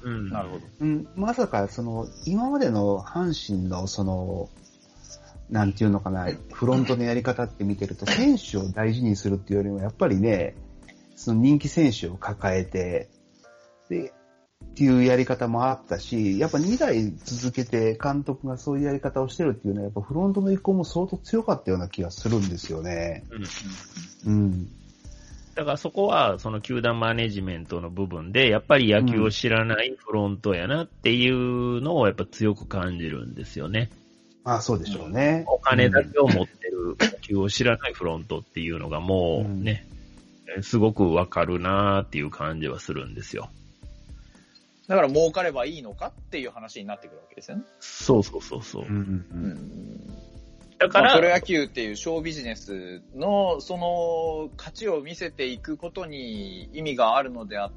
うん。 なるほど。 うん、まさか、今までの阪神の、なんていうのかな、フロントのやり方って見てると、選手を大事にするっていうよりも、やっぱりね、その人気選手を抱えて、で、っていうやり方もあったし、やっぱ2代続けて監督がそういうやり方をしてるっていうのは、やっぱフロントの意向も相当強かったような気がするんですよね。うん。 だからそこは、その球団マネジメントの部分で、やっぱり野球を知らないフロントやなっていうのをやっぱ強く感じるんですよね。 まあそうでしょうね。 お金だけを持ってる野球を知らないフロントっていうのがもうね、すごくわかるなーっていう感じはするんですよ。 だから儲かればいいのかっていう話になってくるわけですよね。 そう。だから、 プロ野球っていうショービジネスのその価値を見せていくことに意味があるのであって、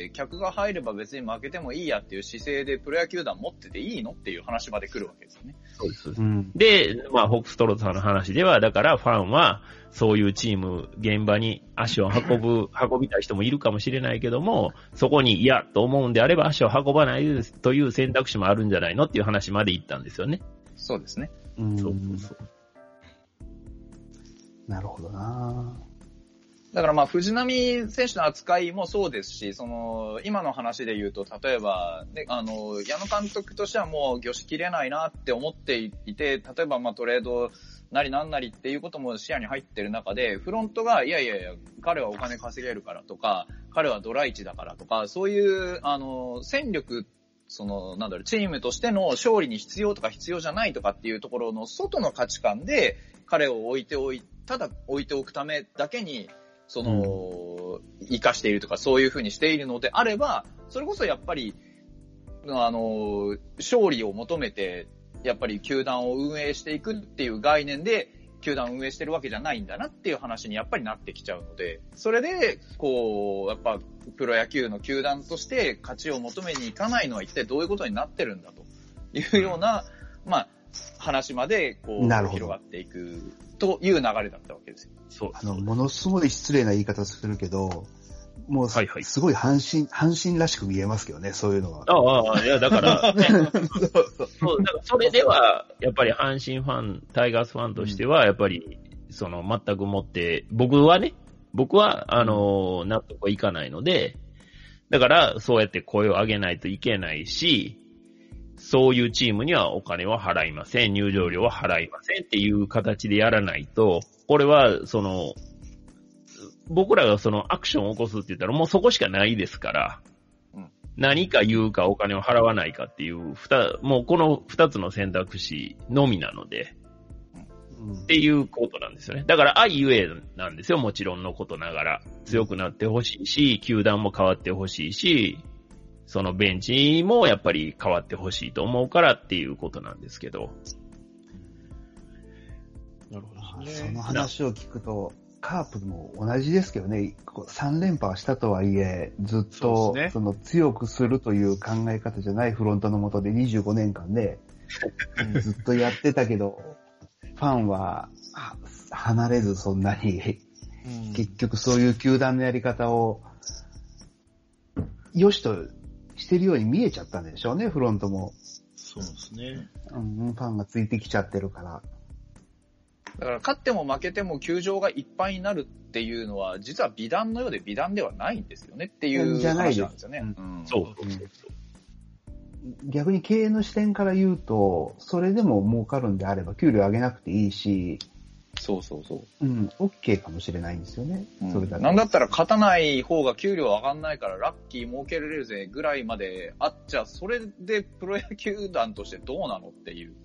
客が入れば別に負けてもいいやっていう姿勢でプロ野球団持ってていいのっていう話まで来るわけですよね。 そうです。で、まあ、ホークストロートさんの話では、だからファンは、そういうチーム、現場に足を運びたい人もいるかもしれないけども、そこに嫌と思うんであれば足を運ばないという選択肢もあるんじゃないのっていう話まで言ったんですよね。 そうですね。 そう。 なるほどな。 だからまあ藤浪選手の扱いもそうですし、今の話で言うと、例えば、ね、矢野監督としてはもう魚しきれないなって思っていて、例えばまあトレードなりなんなりっていうことも視野に入ってる中で、フロントがいや、彼はお金稼げるからとか、彼はドラ1だからとか、そういう、戦力、チームとしての勝利に必要とか必要じゃないとかっていうところの外の価値観で、彼をただ置いておくためだけに、生かしているとか、そういうふうにしているのであれば、それこそやっぱり、勝利を求めて、やっぱり球団を運営していくっていう概念で、球団を運営してるわけじゃないんだなっていう話にやっぱりなってきちゃうので、それで、やっぱ、プロ野球の球団として勝ちを求めに行かないのは一体どういうことになってるんだというような、まあ、話まで、広がっていくという流れだったわけですよ。 そう。 ものすごい失礼な言い方するけど、もう、すごい阪神らしく見えますけどね、そういうのは。 いや、だから、ね、そう、だからそれでは、やっぱり阪神ファン、タイガースファンとしては、やっぱり、全くもって、僕は、納得はいかないので、だから、そうやって声を上げないといけないし、そういうチームにはお金は払いません、入場料は払いませんっていう形でやらないと、これは、僕らがアクションを起こすって言ったらもうそこしかないですから、何か言うかお金を払わないかっていう、もうこの二つの選択肢のみなので、っていうことなんですよね。だから愛ゆえなんですよ、もちろんのことながら。強くなってほしいし、球団も変わってほしいし、そのベンチもやっぱり変わってほしいと思うからっていうことなんですけど。 なるほどね。その話を聞くと、カープも同じですけどね、3連覇はしたとはいえ、ずっと、強くするという考え方じゃないフロントの下で25年間ね、ずっとやってたけど、ファンは離れずそんなに、結局そういう球団のやり方を、良しとしてるように見えちゃったんでしょうね、フロントも。 そうですね。 ファンがついてきちゃってるから。 だから勝っても負けても球場がいっぱいになるっていうのは、実は美談のようで美談ではないんですよねっていう話なんですよね。 そう。 逆に経営の視点から言うと、それでも儲かるんであれば給料上げなくていいし、 そう。 OK かもしれないんですよね。それだけ。 なんだったら勝たない方が給料上がんないからラッキー儲けられるぜぐらいまであっちゃ、それでプロ野球団としてどうなのっていう。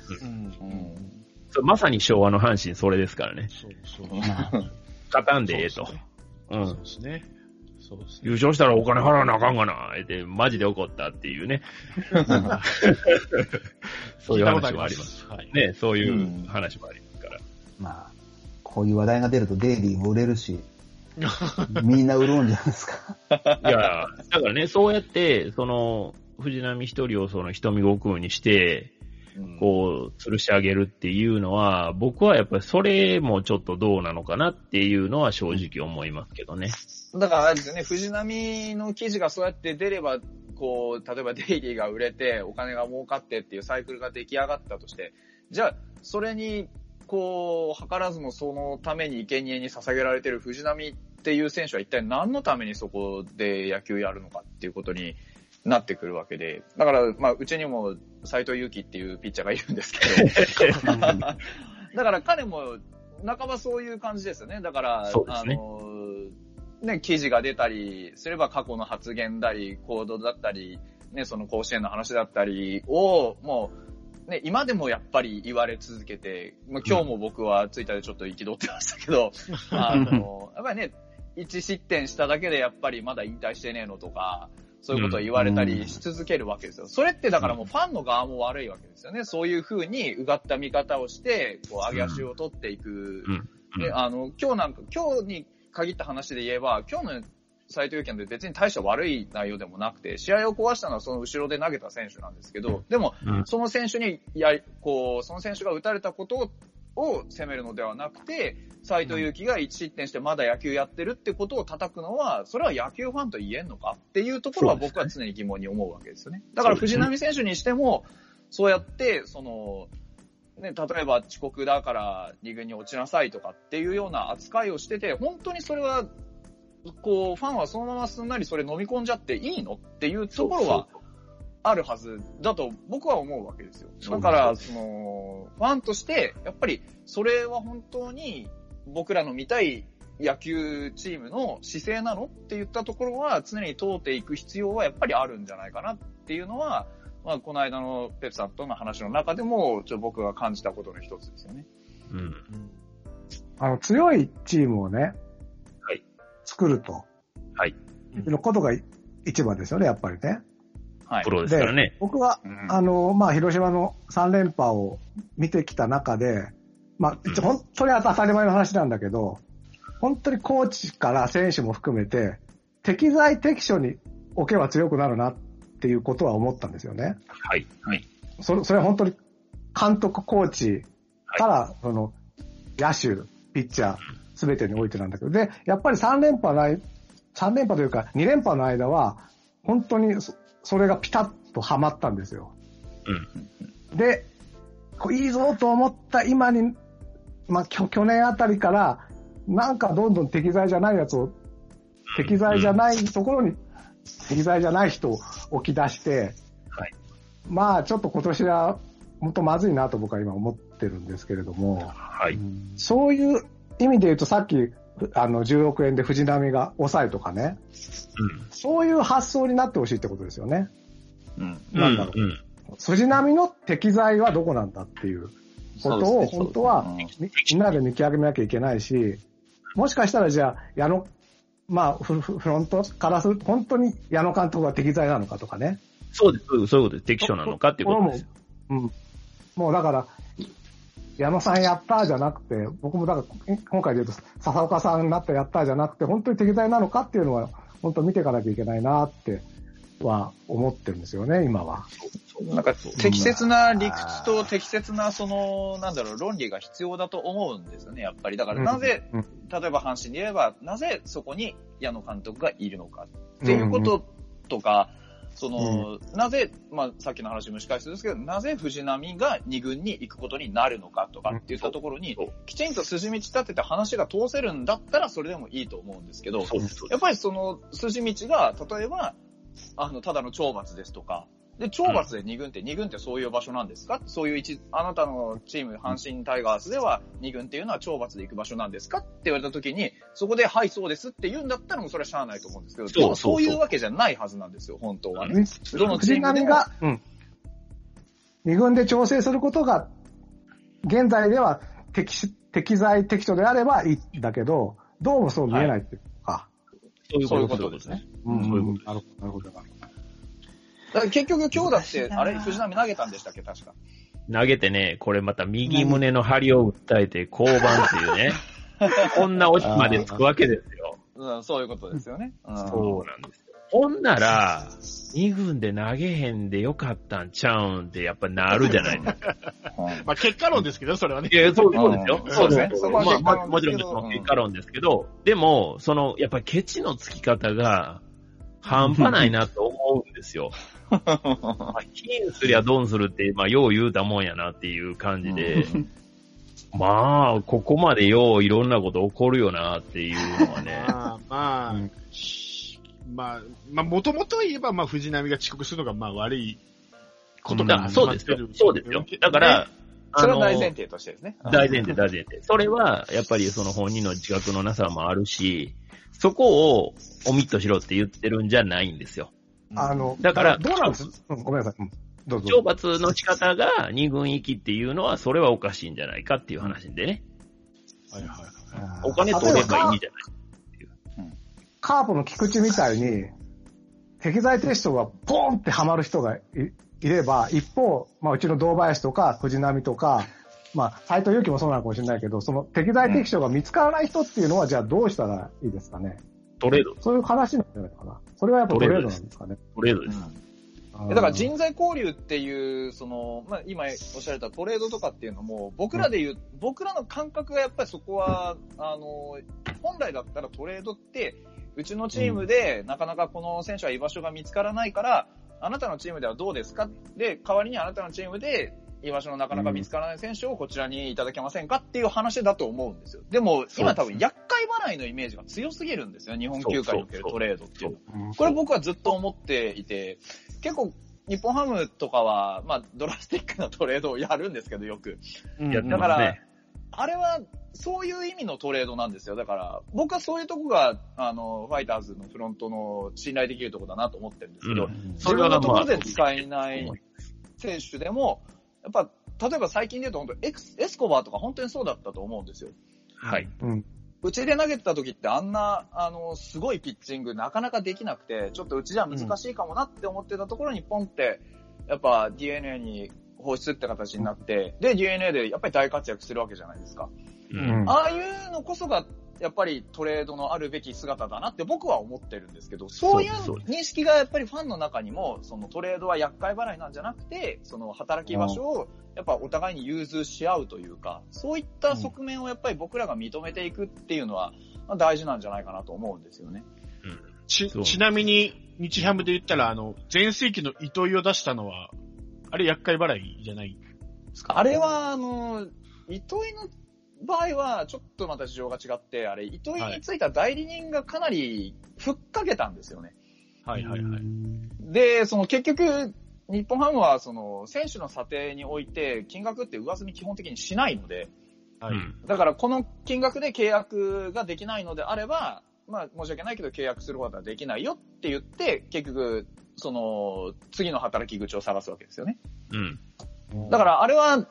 まさに昭和の阪神それですからね。 そう。 勝たんでええと。 そうですね。 優勝したらお金払わなあかんがな、ってマジで怒ったっていうね。そういう話もあります。ね、そういう話もありますから。 まあ、こういう話題が出るとデイリーも売れるし、みんな売るんじゃないですか。 いや、だからね、そうやって、藤浪一人を瞳悟空にして、吊るし上げるっていうのは、僕はやっぱりそれもちょっとどうなのかなっていうのは正直思いますけどね。 だからあれですよね、藤浪の記事がそうやって出れば、 こう、例えばデイリーが売れて、お金が儲かってっていうサイクルが出来上がったとして、じゃあ、それに、こう、図らずもそのために生贄に捧げられてる藤浪っていう選手は一体何のためにそこで野球やるのかっていうことになってくるわけで、だから、まあ、うちにも斎藤佑樹っていうピッチャーがいるんですけど、だから彼も半ばそういう感じですよね。だから、ね、記事が出たりすれば過去の発言だり、行動だったり、ね、その甲子園の話だったりを、もう、ね、今でもやっぱり言われ続けて、今日も僕はツイッターでちょっと憤ってましたけど、やっぱりね、1失点しただけでやっぱりまだ引退してねえのとか、そういうことを言われたりし続けるわけですよ。それってだからもうファンの側も悪いわけですよね。そういう風にうがった見方をして、こう上げ足を取っていく。で、今日に限った話で言えば、今日の斎藤佑樹なんて別に大した悪い内容でもなくて、試合を壊したのはその後ろで投げた選手なんですけど、でも、その選手にその選手が打たれたことを責めるのではなくて、斎藤佑樹が1失点してまだ野球やってるってことを叩くのは、それは野球ファンと言えんのかっていうところは僕は常に疑問に思うわけですよね。だから藤浪選手にしても、そうやって、ね、例えば遅刻だから2軍に落ちなさいとかっていうような扱いをしてて、本当にそれは、こう、ファンはそのまますんなりそれ飲み込んじゃっていいのっていうところはあるはずだと僕は思うわけですよ。だから、ファンとして、やっぱりそれは本当に僕らの見たい野球チームの姿勢なのって言ったところは常に通っていく必要はやっぱりあるんじゃないかなっていうのは、まあ、この間のペプさんとの話の中でも、僕が感じたことの一つですよね。 強いチームをね、 はい、 作ると。 はい。 のことが一番ですよね、やっぱりね。 はい。プロですからね。 僕は、まあ、広島の3連覇を見てきた中で、まあ、本当に当たり前の話なんだけど、本当にコーチから選手も含めて、適材適所に置けば強くなるなっていうことは思ったんですよね。 はい。はい。 それは本当に監督、コーチから、野手、ピッチャー、すべてにおいてなんだけど、で、やっぱり3連覇というか2連覇の間は、本当にそれがピタッとはまったんですよ。で、いいぞと思った今に、まあ、去年あたりから、なんかどんどん適材じゃないやつを、適材じゃないところに、適材じゃない人を置き出して、 はい、 まあちょっと今年は本当まずいなと僕は今思ってるんですけれども、 はい、 そういう意味で言うとさっき10億円で藤浪が抑えとかね、そういう発想になってほしいってことですよね。なんだろう、藤浪の適材はどこなんだっていうことを本当はみんなで見極めなきゃいけないし、もしかしたらじゃあ矢野まあ、フロントからすると、本当に矢野監督が適材なのかとかね。 そうです、そういうことです。適所なのかっていうことです。 もうだから、矢野さんやったーじゃなくて、僕もだから今回で言うと、笹岡さんになったやったーじゃなくて、本当に適材なのかっていうのは、本当見ていかなきゃいけないなっては思ってるんですよね、今は。 なんか適切な理屈と適切な論理が必要だと思うんですよね、やっぱり。だからなぜ、例えば阪神で言えば、なぜそこに矢野監督がいるのかっていうこととか、なぜ、まあさっきの話もし返すんですけど、なぜ藤浪が2軍に行くことになるのかとかっていったところに、きちんと筋道立てて話が通せるんだったらそれでもいいと思うんですけど、やっぱりその筋道が、例えば、ただの懲罰ですとか、で、懲罰で2軍ってそういう場所なんですか？そういうあなたのチーム、阪神タイガースでは2軍っていうのは懲罰で行く場所なんですかって言われた時に、そこで、はい、そうですって言うんだったらもうそれはしゃあないと思うんですけど、そういうわけじゃないはずなんですよ、本当はね。どのチームでも。が、 2軍で調整することが、現在では適材適所であればいいんだけど、どうもそう見えないっていうか。 そういうことですね。 そういうこと。なるほど。 だから結局今日だって、あれ、藤浪投げたんでしたっけ、確か。 投げてね、これまた右胸の張りを訴えて降板っていうね。こんなオチまでつくわけですよ。 そういうことですよね。 そうなんですよ。ほんなら、2軍で投げへんでよかったんちゃうんってやっぱなるじゃないですか。 まあ結果論ですけど、それはね。 いや、そうですよ。 そうですね。 まあ、もちろんその結果論ですけど、でも、やっぱりケチのつき方が半端ないなと思思うんですよ。金すりゃドンするって、よう言うたもんやなっていう感じで、ここまでよういろんなこと起こるよなっていうのはね。 もともと言えば、藤波が遅刻するのが、悪いことがそうですよ。そうですよ。だから、 それは大前提としてですね。 大前提。それは、やっぱりその本人の自覚のなさもあるし、そこをオミットしろって言ってるんじゃないんですよ。だから、 どうなんですごめんなさい。どうぞ。 懲罰の仕方が2軍行きっていうのは、それはおかしいんじゃないかっていう話でね。お金取ればいいんじゃないカープの菊池みたいに、適材適所がポーンってはまる人がいれば、一方、うちの堂林とか藤波とか、斎藤佑樹もそうなのかもしれないけど、その適材適所が見つからない人っていうのは、じゃあどうしたらいいですかね。 トレード。 そういう話なんじゃないかな。それはやっぱトレードなんですかね。 トレードです。 だから人材交流っていう、今おっしゃられたトレードとかっていうのも、僕らの感覚がやっぱりそこは、本来だったらトレードって、うちのチームでなかなかこの選手は居場所が見つからないから、あなたのチームではどうですかで、代わりにあなたのチームで居場所のなかなか見つからない選手をこちらにいただけませんかっていう話だと思うんですよ。でも、今多分厄介払いのイメージが強すぎるんですよ。日本球界におけるトレードっていうのは。これ僕はずっと思っていて、結構、日本ハムとかは、ドラスティックなトレードをやるんですけど、よく。だから、あれは、そういう意味のトレードなんですよ。だから、僕はそういうとこが、ファイターズのフロントの信頼できるところだなと思ってるんですけど、自分のところで使えない選手でも、やっぱ、例えば最近で言うと本当エスコバーとか本当にそうだったと思うんですよ。 はい。 うちで投げてた時ってあんな、すごいピッチングなかなかできなくて、ちょっとうちじゃ難しいかもなって思ってたところにポンって、やっぱ DNA に放出って形になって、で DNA でやっぱり大活躍するわけじゃないですか。ああいうのこそが、やっぱりトレードのあるべき姿だなって僕は思ってるんですけど、そういう認識がやっぱりファンの中にも、そのトレードは厄介払いなんじゃなくて、その働き場所をやっぱお互いに融通し合うというか、そういった側面をやっぱり僕らが認めていくっていうのは大事なんじゃないかなと思うんですよね。 ちなみに、日ハムで言ったら、前世紀の糸井を出したのは、あれ厄介払いじゃないですか？ あれは、糸井の場合は、ちょっとまた事情が違って、あれ、糸井についた代理人がかなりふっかけたんですよね。で、結局、日本ハムは、選手の査定において、金額って上積み基本的にしないので、だからこの金額で契約ができないのであれば、申し訳ないけど契約することはできないよって言って、結局、次の働き口を探すわけですよね。だからあれは、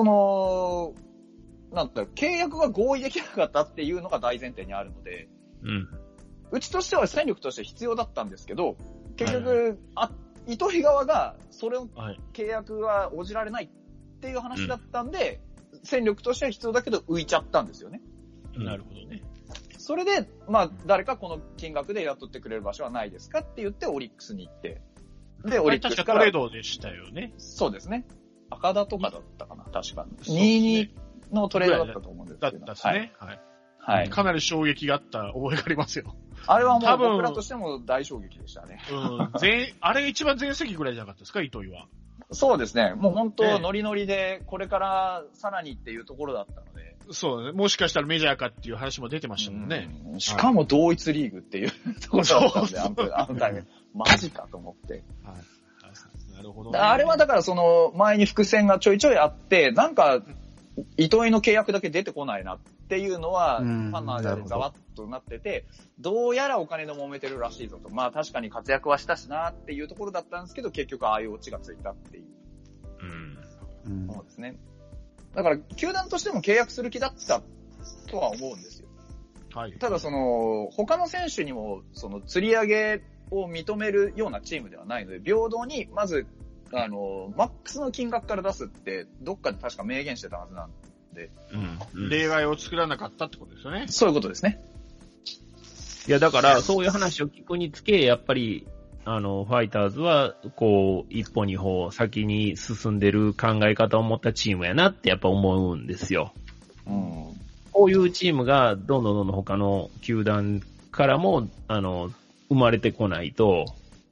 契約が合意できなかったっていうのが大前提にあるので、うちとしては戦力として必要だったんですけど、結局、糸井側がそれを契約は応じられないっていう話だったんで、戦力としては必要だけど浮いちゃったんですよね。 なるほどね。 それで、誰かこの金額で雇ってくれる場所はないですかって言ってオリックスに行って、で、オリックスから。 確かトレードでしたよね。 そうですね。赤田とかだったかな、確かに。22のトレードだったと思うんですけど。 だったですね。はい。かなり衝撃があった覚えがありますよ。 あれはもう僕らとしても大衝撃でしたね。 あれが一番前席ぐらいじゃなかったですか、糸井は。 そうですね。もう本当ノリノリで、これからさらにっていうところだったので。 そうね。もしかしたらメジャーかっていう話も出てましたもんね。 しかも同一リーグっていうところだったんで、あのタイミング。マジかと思って。 なるほど、ね。 あれはだから前に伏線がちょいちょいあって、なんか、糸井の契約だけ出てこないなっていうのは、ファンの間でざわっとなってて、どうやらお金の揉めてるらしいぞと。確かに活躍はしたしなっていうところだったんですけど、結局ああいうオチがついたっていう。そうですね。だから、球団としても契約する気だったとは思うんですよ。ただ他の選手にも、釣り上げを認めるようなチームではないので、平等に、まず、マックスの金額から出すって、どっかで確か明言してたはずなんで。 例外を作らなかったってことですよね。 そういうことですね。 いや、だから、そういう話を聞くにつけ、やっぱり、ファイターズは、一歩二歩先に進んでる考え方を持ったチームやなってやっぱ思うんですよ。こういうチームが、どんどん他の球団からも、生まれてこないと、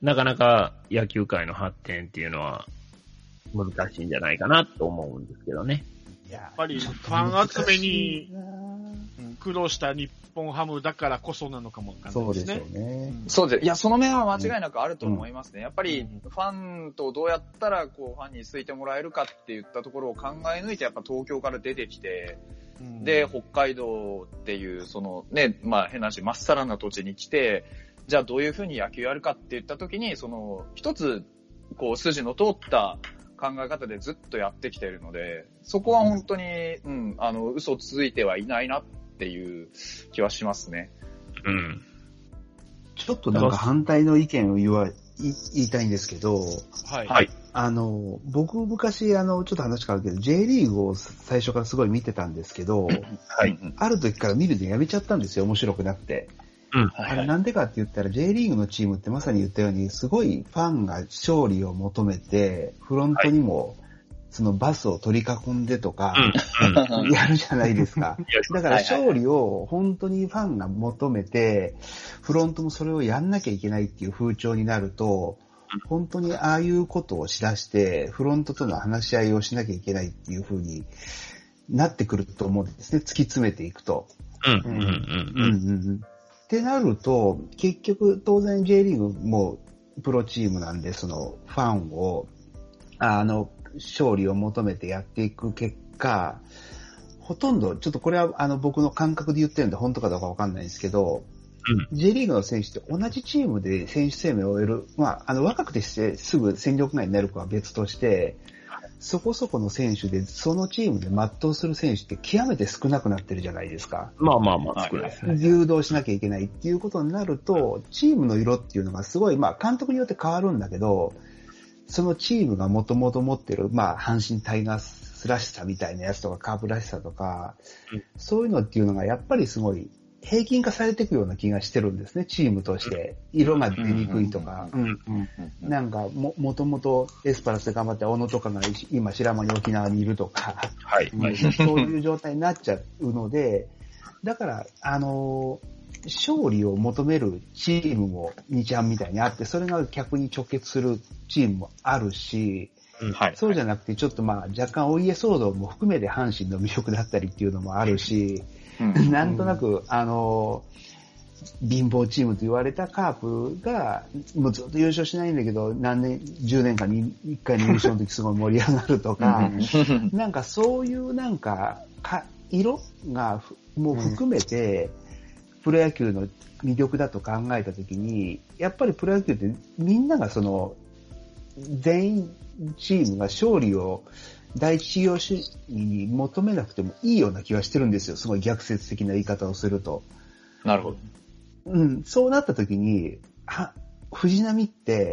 なかなか野球界の発展っていうのは難しいんじゃないかなと思うんですけどね。 やっぱりファン集めに苦労した日本ハムだからこそなのかもわかんないですね。 そうですよね。 そうです。いや、その面は間違いなくあると思いますね。やっぱり、ファンとどうやったら、こう、ファンに好いてもらえるかって言ったところを考え抜いて、やっぱ東京から出てきて、で、北海道っていう、そのね、まあ変な話、まっさらな土地に来て、じゃあどういうふうに野球やるかって言った時に、その、一つ、こう、筋の通った考え方でずっとやってきているので、そこは本当に、嘘ついてはいないなっていう気はしますね。 うん。 ちょっとなんか反対の意見を言いたいんですけど、 はい。 はい。 僕昔ちょっと話変わるけど、J リーグを最初からすごい見てたんですけど、 はい。 ある時から見るのやめちゃったんですよ、面白くなくて。 うん。 あれなんでかって言ったら J リーグのチームってまさに言ったように、すごいファンが勝利を求めて、フロントにもそのバスを取り囲んでとか、やるじゃないですか。だから勝利を本当にファンが求めて、フロントもそれをやんなきゃいけないっていう風潮になると、本当にああいうことをしだして、フロントとの話し合いをしなきゃいけないっていう風になってくると思うんですね、突き詰めていくと。ってなると、結局当然 J リーグもプロチームなんで、そのファンを、勝利を求めてやっていく結果、ほとんど、ちょっとこれは僕の感覚で言ってるんで本当かどうかわかんないんですけど、J リーグの選手って同じチームで選手生命を終える、まあ、若くてしてすぐ戦力外になるかは別として、そこそこの選手で、そのチームで全うする選手って極めて少なくなってるじゃないですか。 まあまあまあ、少ないですね。 誘導しなきゃいけないっていうことになると、チームの色っていうのがすごい、まあ、監督によって変わるんだけど、そのチームがもともと持ってる、まあ、阪神タイガースらしさみたいなやつとか、カープらしさとか、そういうのっていうのがやっぱりすごい平均化されていくような気がしてるんですね、チームとして。色が出にくいとか。なんか、もともとエスパルスで頑張って小野とかが今白間に沖縄にいるとか、はい、そういう状態になっちゃうので、だから、勝利を求めるチームも日ハムみたいにあって、それが逆に直結するチームもあるし、そうじゃなくてちょっとまあ若干お家騒動も含めて阪神の魅力だったりっていうのもあるし、なんとなく貧乏チームと言われたカープがもうずっと優勝しないんだけど、何年、10年間に1回の優勝の時すごい盛り上がるとか、なんかそういうなんか色がもう含めて、プロ野球の魅力だと考えたときに、やっぱりプロ野球ってみんながその、全員チームが勝利を第一志要主義に求めなくてもいいような気はしてるんですよ。すごい逆説的な言い方をすると。 なるほど。 そうなったときに、藤浪って、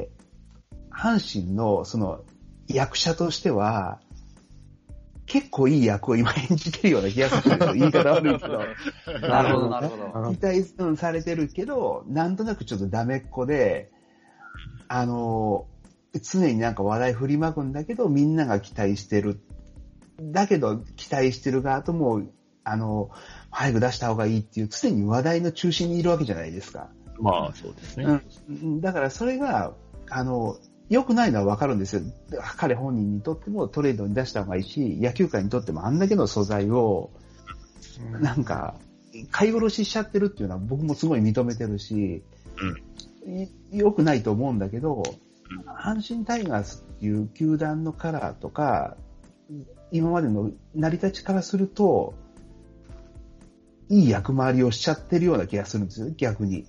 阪神のその役者としては、結構いい役を今演じてるような気がするんですよ。言い方悪いけど。 なるほど、なるほど。 期待されてるけど、なんとなくちょっとダメっ子で、常になんか話題振りまくんだけど、みんなが期待してる。だけど、期待してる側とも、早く出した方がいいっていう、常に話題の中心にいるわけじゃないですか。 まあ、そうですね。 だからそれが、良くないのはわかるんですよ。彼本人にとってもトレードに出した方がいいし、野球界にとってもあんだけの素材を、なんか、買い殺ししちゃってるっていうのは僕もすごい認めてるし、良くないと思うんだけど、阪神タイガースっていう球団のカラーとか、今までの成り立ちからすると、いい役回りをしちゃってるような気がするんですよ、逆に。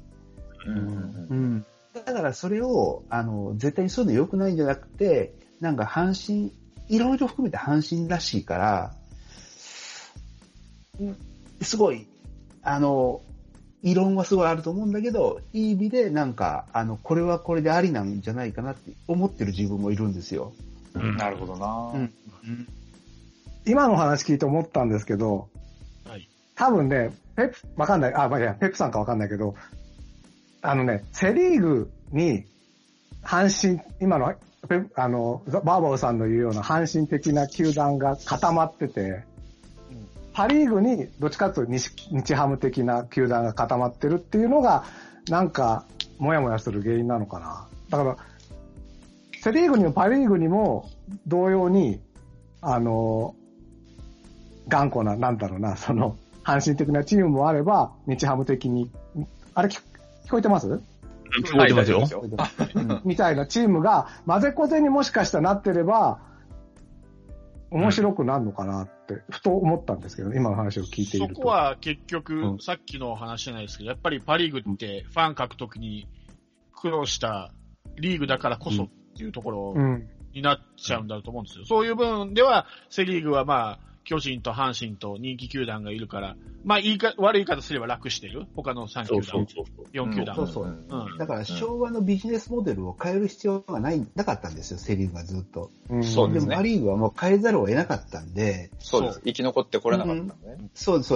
だからそれを、絶対にそういうの良くないんじゃなくて、なんか阪神、いろいろ含めて阪神らしいから、すごい、異論はすごいあると思うんだけど、いい意味でなんか、これはこれでありなんじゃないかなって思ってる自分もいるんですよ。 なるほどな、 今の話聞いて思ったんですけど、多分ね、わかんない、ペップさんかわかんないけど、セリーグに、阪神、今の、バーバオさんの言うような阪神的な球団が固まってて、パリーグにどっちかというと日ハム的な球団が固まってるっていうのが、なんか、もやもやする原因なのかな。 だから、セリーグにもパリーグにも同様に、頑固な、なんだろうな、その、阪神的なチームもあれば、日ハム的に、あれ聞こえてます？ 聞こえてますよ。 みたいなチームが、混ぜこぜにもしかしたらなってれば、面白くなるのかなって、ふと思ったんですけど、今の話を聞いていると。 そこは結局、さっきの話じゃないですけど、やっぱりパリーグってファン獲得に苦労したリーグだからこそっていうところになっちゃうんだと思うんですよ。そういう分では、セリーグはまあ、巨人と阪神と人気球団がいるから、まあ悪い言い方すれば楽してる。他の3球団、4球団。 そうそう。だから昭和のビジネスモデルを変える必要がなかったんですよ、セリーグがずっと。 そうですね。 でもパリーグはもう変えざるを得なかったんで。 そうです。生き残ってこれなかったんでね。 そうです。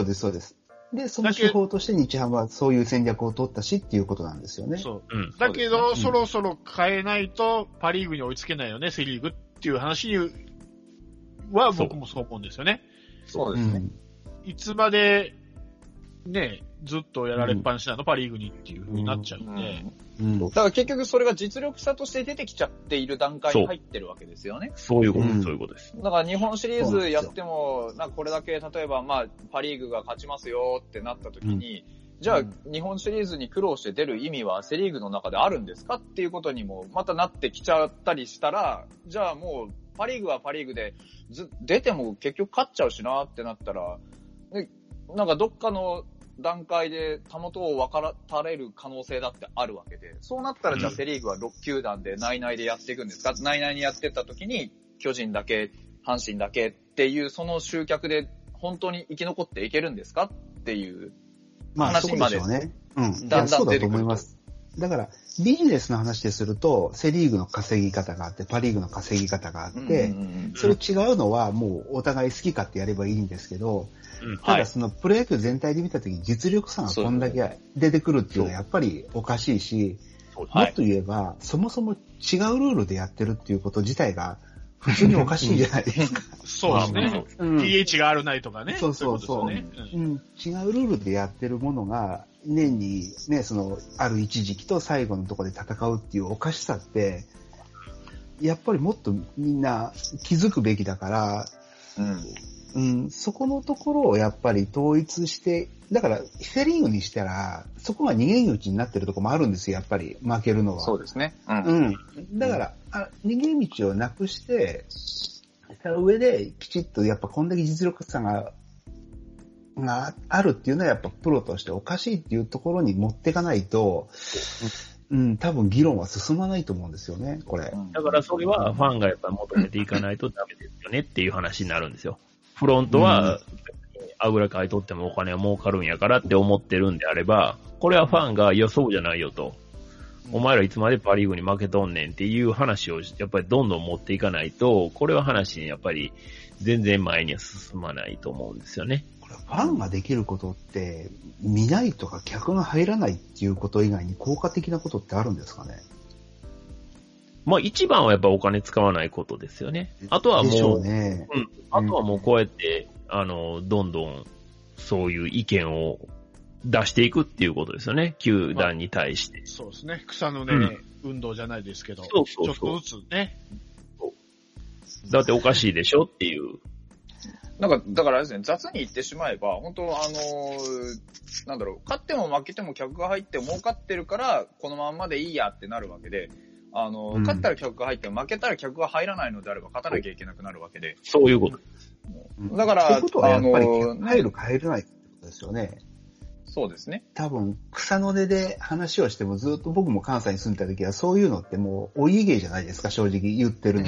で、その手法として日ハムはそういう戦略を取ったしっていうことなんですよね。 そう。だけど、そろそろ変えないとパリーグに追いつけないよね、セリーグっていう話は僕もそう思うんですよね。 そうですね。 いつまで、ね、ずっとやられっぱなしなの、パリーグにっていう風になっちゃうんで。 だから結局それが実力者として出てきちゃっている段階に入ってるわけですよね。 そういうことです。 だから日本シリーズやっても、なんかこれだけ例えばまあパリーグが勝ちますよってなった時に、じゃあ日本シリーズに苦労して出る意味はセリーグの中であるんですかっていうことにもまたなってきちゃったりしたら、じゃあもうパリーグはパリーグで出ても結局勝っちゃうしなってなったら、なんかどっかの段階でたもとを分かられる可能性だってあるわけで、そうなったらじゃあセリーグは6球団で内々でやっていくんですか？内々にやってった時に巨人だけ、阪神だけっていうその集客で本当に生き残っていけるんですかっていう話まで。 そうでしょうね。だんだん出てくると思います。だからビジネスの話でするとセリーグの稼ぎ方があってパリーグの稼ぎ方があって、それ違うのはもうお互い好き勝手やればいいんですけど、ただそのプロ野球全体で見たときに実力差がこんだけ出てくるっていうのはやっぱりおかしいし、もっと言えばそもそも違うルールでやってるっていうこと自体が普通におかしいじゃないですか。 そうですね。PH があるないとかね。 そう。違うルールでやってるものが年にね、ある一時期と最後のところで戦うっていうおかしさって、やっぱりもっとみんな気づくべきだから、そこのところをやっぱり統一して、だからセリーグにしたら、そこが逃げ道になってるところもあるんですよ、やっぱり負けるのは。 そうですね。 だから、逃げ道をなくして、上できちっとやっぱこんだけ実力差があるっていうのはやっぱプロとしておかしいっていうところに持っていかないと、多分議論は進まないと思うんですよね、これ。 だからそれはファンがやっぱり求めていかないとダメですよねっていう話になるんですよ。フロントは、あぐらかいとってもお金は儲かるんやからって思ってるんであれば、これはファンが、いや、そうじゃないよと。お前らいつまでパリーグに負けとんねんっていう話をやっぱりどんどん持っていかないと、これは話にやっぱり全然前には進まないと思うんですよね。 これファンができることって、見ないとか客が入らないっていうこと以外に効果的なことってあるんですかね？ まあ一番はやっぱお金使わないことですよね。あとはもう、 でしょうね。 あとはもうこうやって、どんどんそういう意見を出していくっていうことですよね。球団に対して。 そうですね。草の根運動じゃないですけど、ちょっとずつね。 だっておかしいでしょっていう。 だからあれですね、雑に言ってしまえば、本当なんだろう、勝っても負けても客が入って儲かってるから、このまんまでいいやってなるわけで、勝ったら客が入って負けたら客が入らないのであれば勝たなきゃいけなくなるわけで。 そういうことです。 だから、 ってことはやっぱり入る入らないってことですよね。 そうですね。 多分、草の根で話をしてもずっと僕も関西に住んでた時はそういうのってもうお家芸じゃないですか、正直言ってるのって。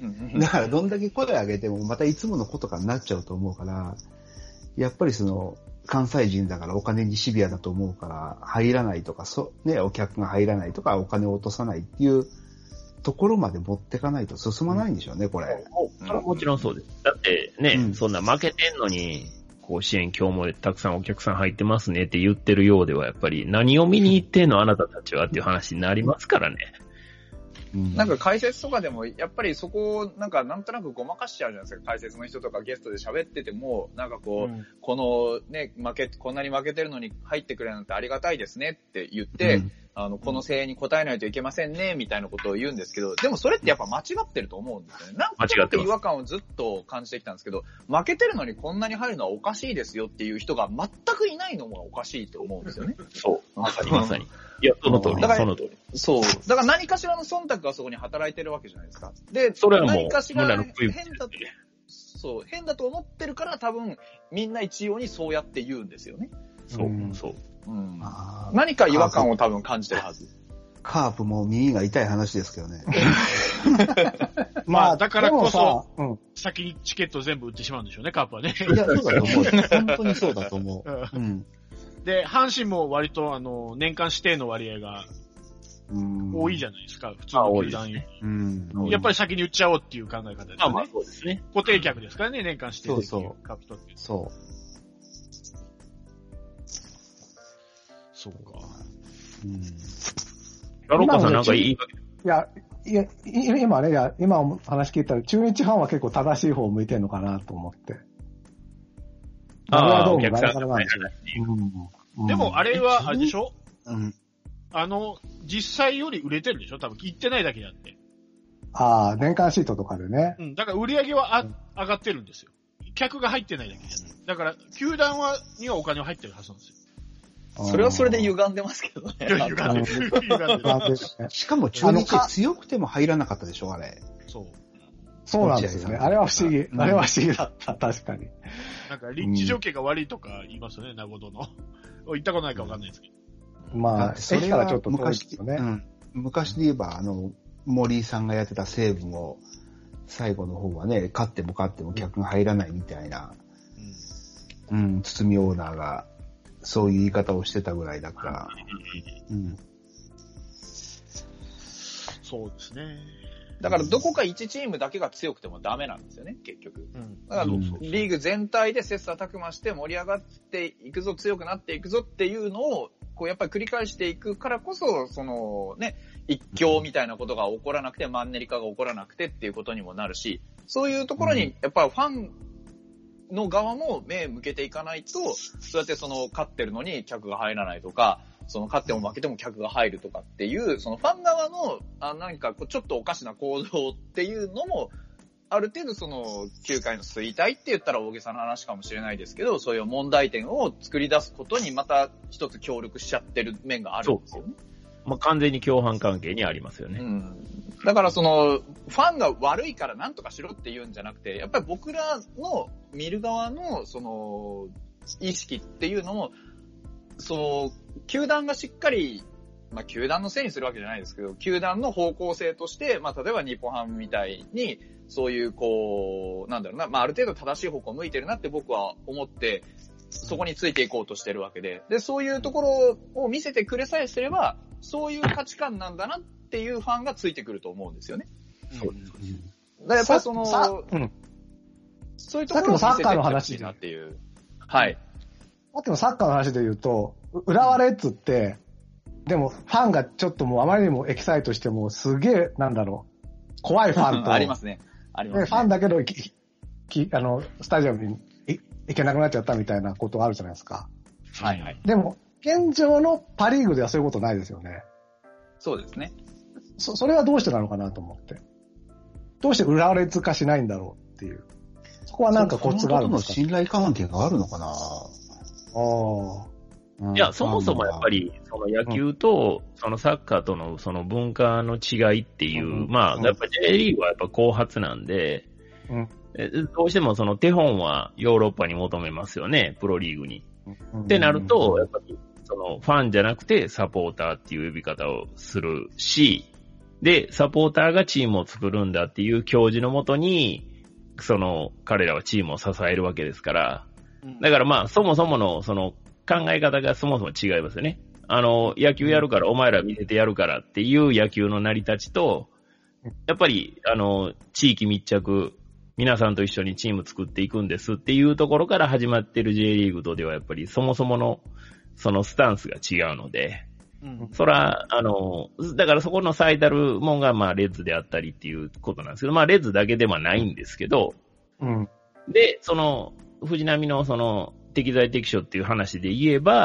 だからどんだけ声上げてもまたいつものことかになっちゃうと思うから、やっぱり関西人だからお金にシビアだと思うから入らないとか、お客が入らないとかお金を落とさないっていうところまで持ってかないと進まないんでしょうね、これ。 それはもちろんそうです。だってね、そんな負けてんのに、甲子園今日もたくさんお客さん入ってますねって言ってるようではやっぱり何を見に行ってんのあなたたちはっていう話になりますからね。 なんか解説とかでもやっぱりそこをなんとなくごまかしちゃうじゃないですか。解説の人とかゲストで喋っててもなんかこう、このねこんなに負けてるのに入ってくれるなんてありがたいですねって言って、 この声援に応えないといけませんね、みたいなことを言うんですけど、でもそれってやっぱ間違ってると思うんですよね。なんとなく違和感をずっと感じてきたんですけど、負けてるのにこんなに入るのはおかしいですよっていう人が全くいないのもおかしいと思うんですよね。 そう。まさにまさに。いや、その通り。その通り。 そう。だから何かしらの忖度がそこに働いてるわけじゃないですか。で、 それはもう何かしら変だと、 そう、変だと思ってるから多分みんな一様にそうやって言うんですよね。 そう、そう。 何か違和感を多分感じてるはず。 カープも耳が痛い話ですけどね。 まあ、だからこそ、先にチケット全部売ってしまうんでしょうね、カープはね。 いや、そうだと思う。本当にそうだと思う。 で、阪神も割と、年間指定の割合が、多いじゃないですか、普通の球団より。やっぱり先に売っちゃおうっていう考え方ですね。 まあ、そうですね。 固定客ですからね、年間指定できるカープとって。 そう。 そうか。 ラロッカさんなんかいい？ いや、今ね、今話聞いたら、中日ファンは結構正しい方を向いてるのかなと思って。 お客さんがでもあれは、あれでしょ？実際より売れてるでしょ？多分、言ってないだけであって。 ああ、年間シートとかでね。 だから売り上げは上がってるんですよ。客が入ってないだけで。だから、球団にはお金は入ってるはずなんですよ。 それはそれで歪んでますけどね。 歪んでる。 しかも中日強くても入らなかったでしょ、あれ。 そうなんですよね。あれは不思議。あれは不思議だった、確かに。 なんか、立地条件が悪いとか言いますよね、名古屋の。行ったことないかわかんないですけど。 まあ、駅からちょっと遠いですよね。 昔で言えば、森井さんがやってた西武も、最後の方はね、勝っても客が入らないみたいな、堤オーナーが、そういう言い方をしてたぐらいだから。 そうですね。 だからどこか1チームだけが強くてもダメなんですよね、結局。だからリーグ全体で切磋琢磨して盛り上がっていくぞ、強くなっていくぞっていうのを、こうやっぱり繰り返していくからこそ、そのね、一強みたいなことが起こらなくて、マンネリ化が起こらなくてっていうことにもなるし、そういうところにやっぱりファンの側も目向けていかないと、そうやってその勝ってるのに客が入らないとか、その勝っても負けても客が入るとかっていう、そのファン側の何かこうちょっとおかしな行動っていうのも、ある程度その9回の衰退って言ったら大げさな話かもしれないですけど、そういう問題点を作り出すことにまた一つ協力しちゃってる面があるんですよね。 まあ、完全に共犯関係にありますよね。 だからその、ファンが悪いから何とかしろって言うんじゃなくて、やっぱり僕らの見る側のその、意識っていうのも、その、球団がしっかり、まあ、球団のせいにするわけじゃないですけど、球団の方向性として、まあ、例えば日本ハムみたいに、そういうこう、なんだろうな、まあ、ある程度正しい方向を向いてるなって僕は思って、そこについていこうとしてるわけで、で、そういうところを見せてくれさえすれば、そういう価値観なんだなっていうファンがついてくると思うんですよね。 そうです。 だからやっぱりその、そういうところを見せてほしいなっていう。はい。 さっきのサッカーの話で言うと、浦和レッズって、でもファンがちょっともうあまりにもエキサイトしてもすげえ、なんだろう、怖いファンと。 ありますね。ありますね。 ファンだけど、スタジアムに行けなくなっちゃったみたいなことがあるじゃないですか。 はいはい。 でも、現状のパリーグではそういうことないですよね。 そうですね。 それはどうしてなのかなと思って。どうして浦和レッズ化しないんだろうっていう。そこはなんかコツがあるんですか？ 信頼関係があるのかな。 いや、そもそもやっぱり、その野球と、そのサッカーとのその文化の違いっていう、まあ、やっぱ J リーグはやっぱ後発なんで、どうしてもその手本はヨーロッパに求めますよね、プロリーグに。ってなると、やっぱり、そのファンじゃなくてサポーターっていう呼び方をするし、で、サポーターがチームを作るんだっていう教示のもとに、その彼らはチームを支えるわけですから、だからまあ、そもそものその考え方がそもそも違いますよね。野球やるから、お前ら見せてやるからっていう野球の成り立ちと、やっぱり、地域密着、皆さんと一緒にチーム作っていくんですっていうところから始まってる J リーグとではやっぱりそもそものそのスタンスが違うので、そら、だからそこの最たるもんがまあレッズであったりっていうことなんですけど、まあレッズだけではないんですけど、で、その藤波のその適材適所っていう話で言えば、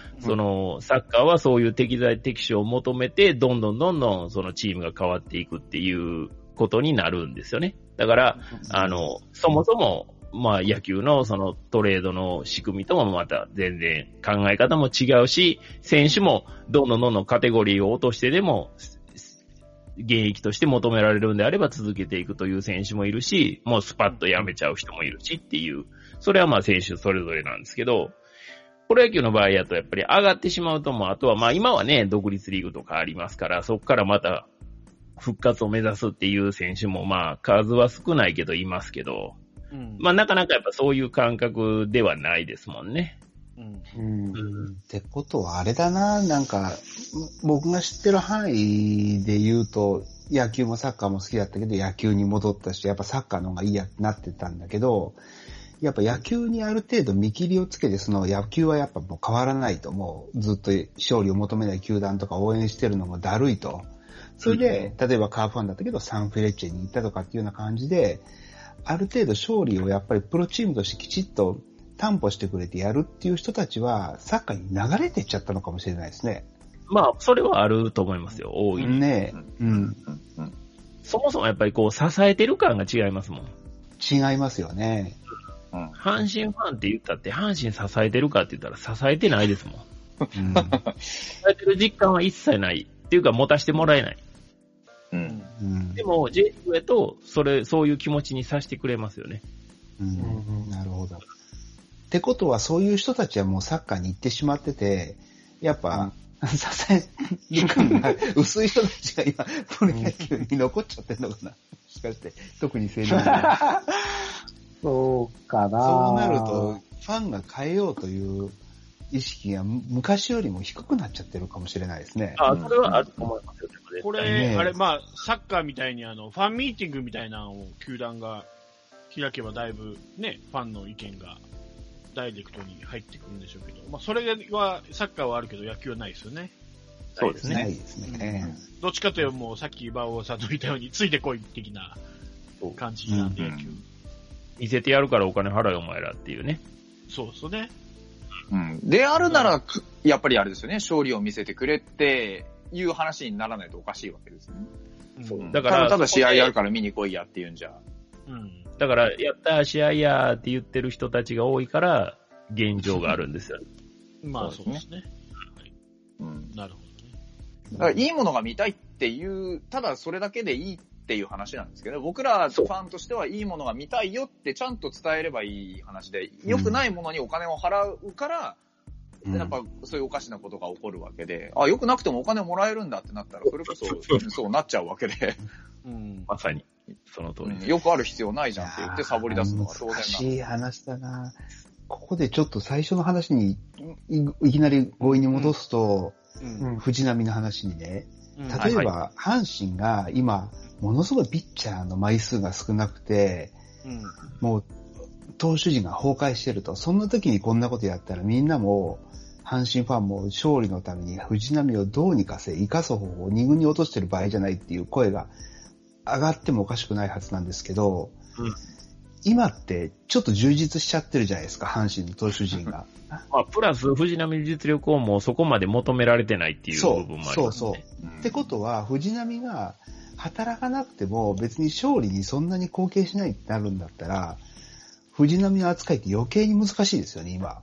その、サッカーはそういう適材適所を求めて、どんどんそのチームが変わっていくっていうことになるんですよね。だから、そもそも、まあ野球のそのトレードの仕組みともまた全然考え方も違うし、選手もどんどんカテゴリーを落としてでも、現役として求められるんであれば続けていくという選手もいるし、もうスパッと辞めちゃう人もいるしっていう、それはまあ選手それぞれなんですけど、プロ野球の場合だとやっぱり上がってしまうともうあとはまあ今はね、独立リーグとかありますから、そこからまた復活を目指すっていう選手もまあ数は少ないけどいますけど、まあなかなかやっぱそういう感覚ではないですもんね。 ってことはあれだな、なんか、僕が知ってる範囲で言うと、野球もサッカーも好きだったけど、野球に戻ったし、やっぱサッカーの方がいいやってなってたんだけど、やっぱ野球にある程度見切りをつけて、その野球はやっぱもう変わらないと、もうずっと勝利を求めない球団とか応援してるのもだるいと。それで、例えばカープファンだったけど、サンフレッチェに行ったとかっていうような感じで、ある程度勝利をやっぱりプロチームとしてきちっと担保してくれてやるっていう人たちは、サッカーに流れていっちゃったのかもしれないですね。 まあ、それはあると思いますよ、大いに。 ねえ。 そもそもやっぱりこう、支えてる感が違いますもん。 違いますよね。 阪神ファンって言ったって、阪神支えてるかって言ったら支えてないですもん。支えてる実感は一切ない。っていうか、持たせてもらえない。でも、J リーグへと、そういう気持ちにさせてくれますよね。 なるほど。ってことは、そういう人たちはもうサッカーに行ってしまってて、やっぱ、支える感が薄い人たちが今、プロ野球に残っちゃってるのかな。もしかして、特に青年が。 そうかな。 そうなると、ファンが変えようという意識が昔よりも低くなっちゃってるかもしれないですね。 それはあると思いますよ。 これ、あれ、まあ、サッカーみたいにファンミーティングみたいなのを球団が開けばだいぶね、ファンの意見がダイレクトに入ってくるんでしょうけど、まあ、それは、サッカーはあるけど野球はないですよね。 そうですね。 ないですね。 どっちかというともうさっき馬王さんと言ったようについてこい的な感じなんで野球。 見せてやるからお金払えお前らっていうね。 そうですよね。 であるなら、やっぱりあれですよね、勝利を見せてくれっていう話にならないとおかしいわけですよね。だから、ただ試合やるから見に来いやって言うんじゃ。 だから、やったー試合やーって言ってる人たちが多いから、現状があるんですよ。 まあそうですね。なるほどね。 だからいいものが見たいっていう、ただそれだけでいいっていう話なんですけど、僕らファンとしてはいいものが見たいよってちゃんと伝えればいい話で、良くないものにお金を払うから、やっぱそういうおかしなことが起こるわけで、良くなくてもお金をもらえるんだってなったら、それこそそうなっちゃうわけで。 まさに、その通り、 よくある必要ないじゃんって言ってサボり出すのは当然な。 難しい話だな。ここでちょっと最初の話にいきなり強引に戻すと、藤浪の話にね、例えば阪神が今、ものすごいピッチャーの枚数が少なくて、もう投手陣が崩壊してると、そんな時にこんなことやったらみんなも、阪神ファンも勝利のために藤浪をどうにか生かす方法を2軍に落としてる場合じゃないっていう声が上がってもおかしくないはずなんですけど、今ってちょっと充実しちゃってるじゃないですか、阪神の投手陣が。 プラス藤浪の実力をもうそこまで求められてないっていう部分もありますね。 ってことは、藤浪が働かなくても別に勝利にそんなに貢献しないってなるんだったら、藤浪の扱いって余計に難しいですよね、今。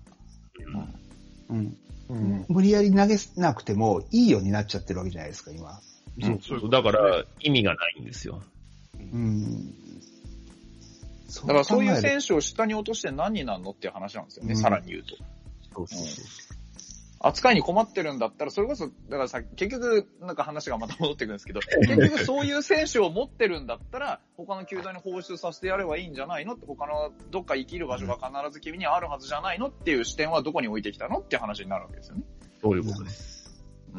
無理やり投げなくてもいいようになっちゃってるわけじゃないですか、今。 そうだから意味がないんですよ。 だからそういう選手を下に落として何になるのっていう話なんですよね、さらに言うと。扱いに困ってるんだったら、それこそ、だからさ、結局、なんか話がまた戻ってくるんですけど、結局そういう選手を持ってるんだったら、他の球団に放出させてやればいいんじゃないのって、他のどっか生きる場所が必ず君にあるはずじゃないのっていう視点はどこに置いてきたのっていう話になるわけですよね。 そういうことです。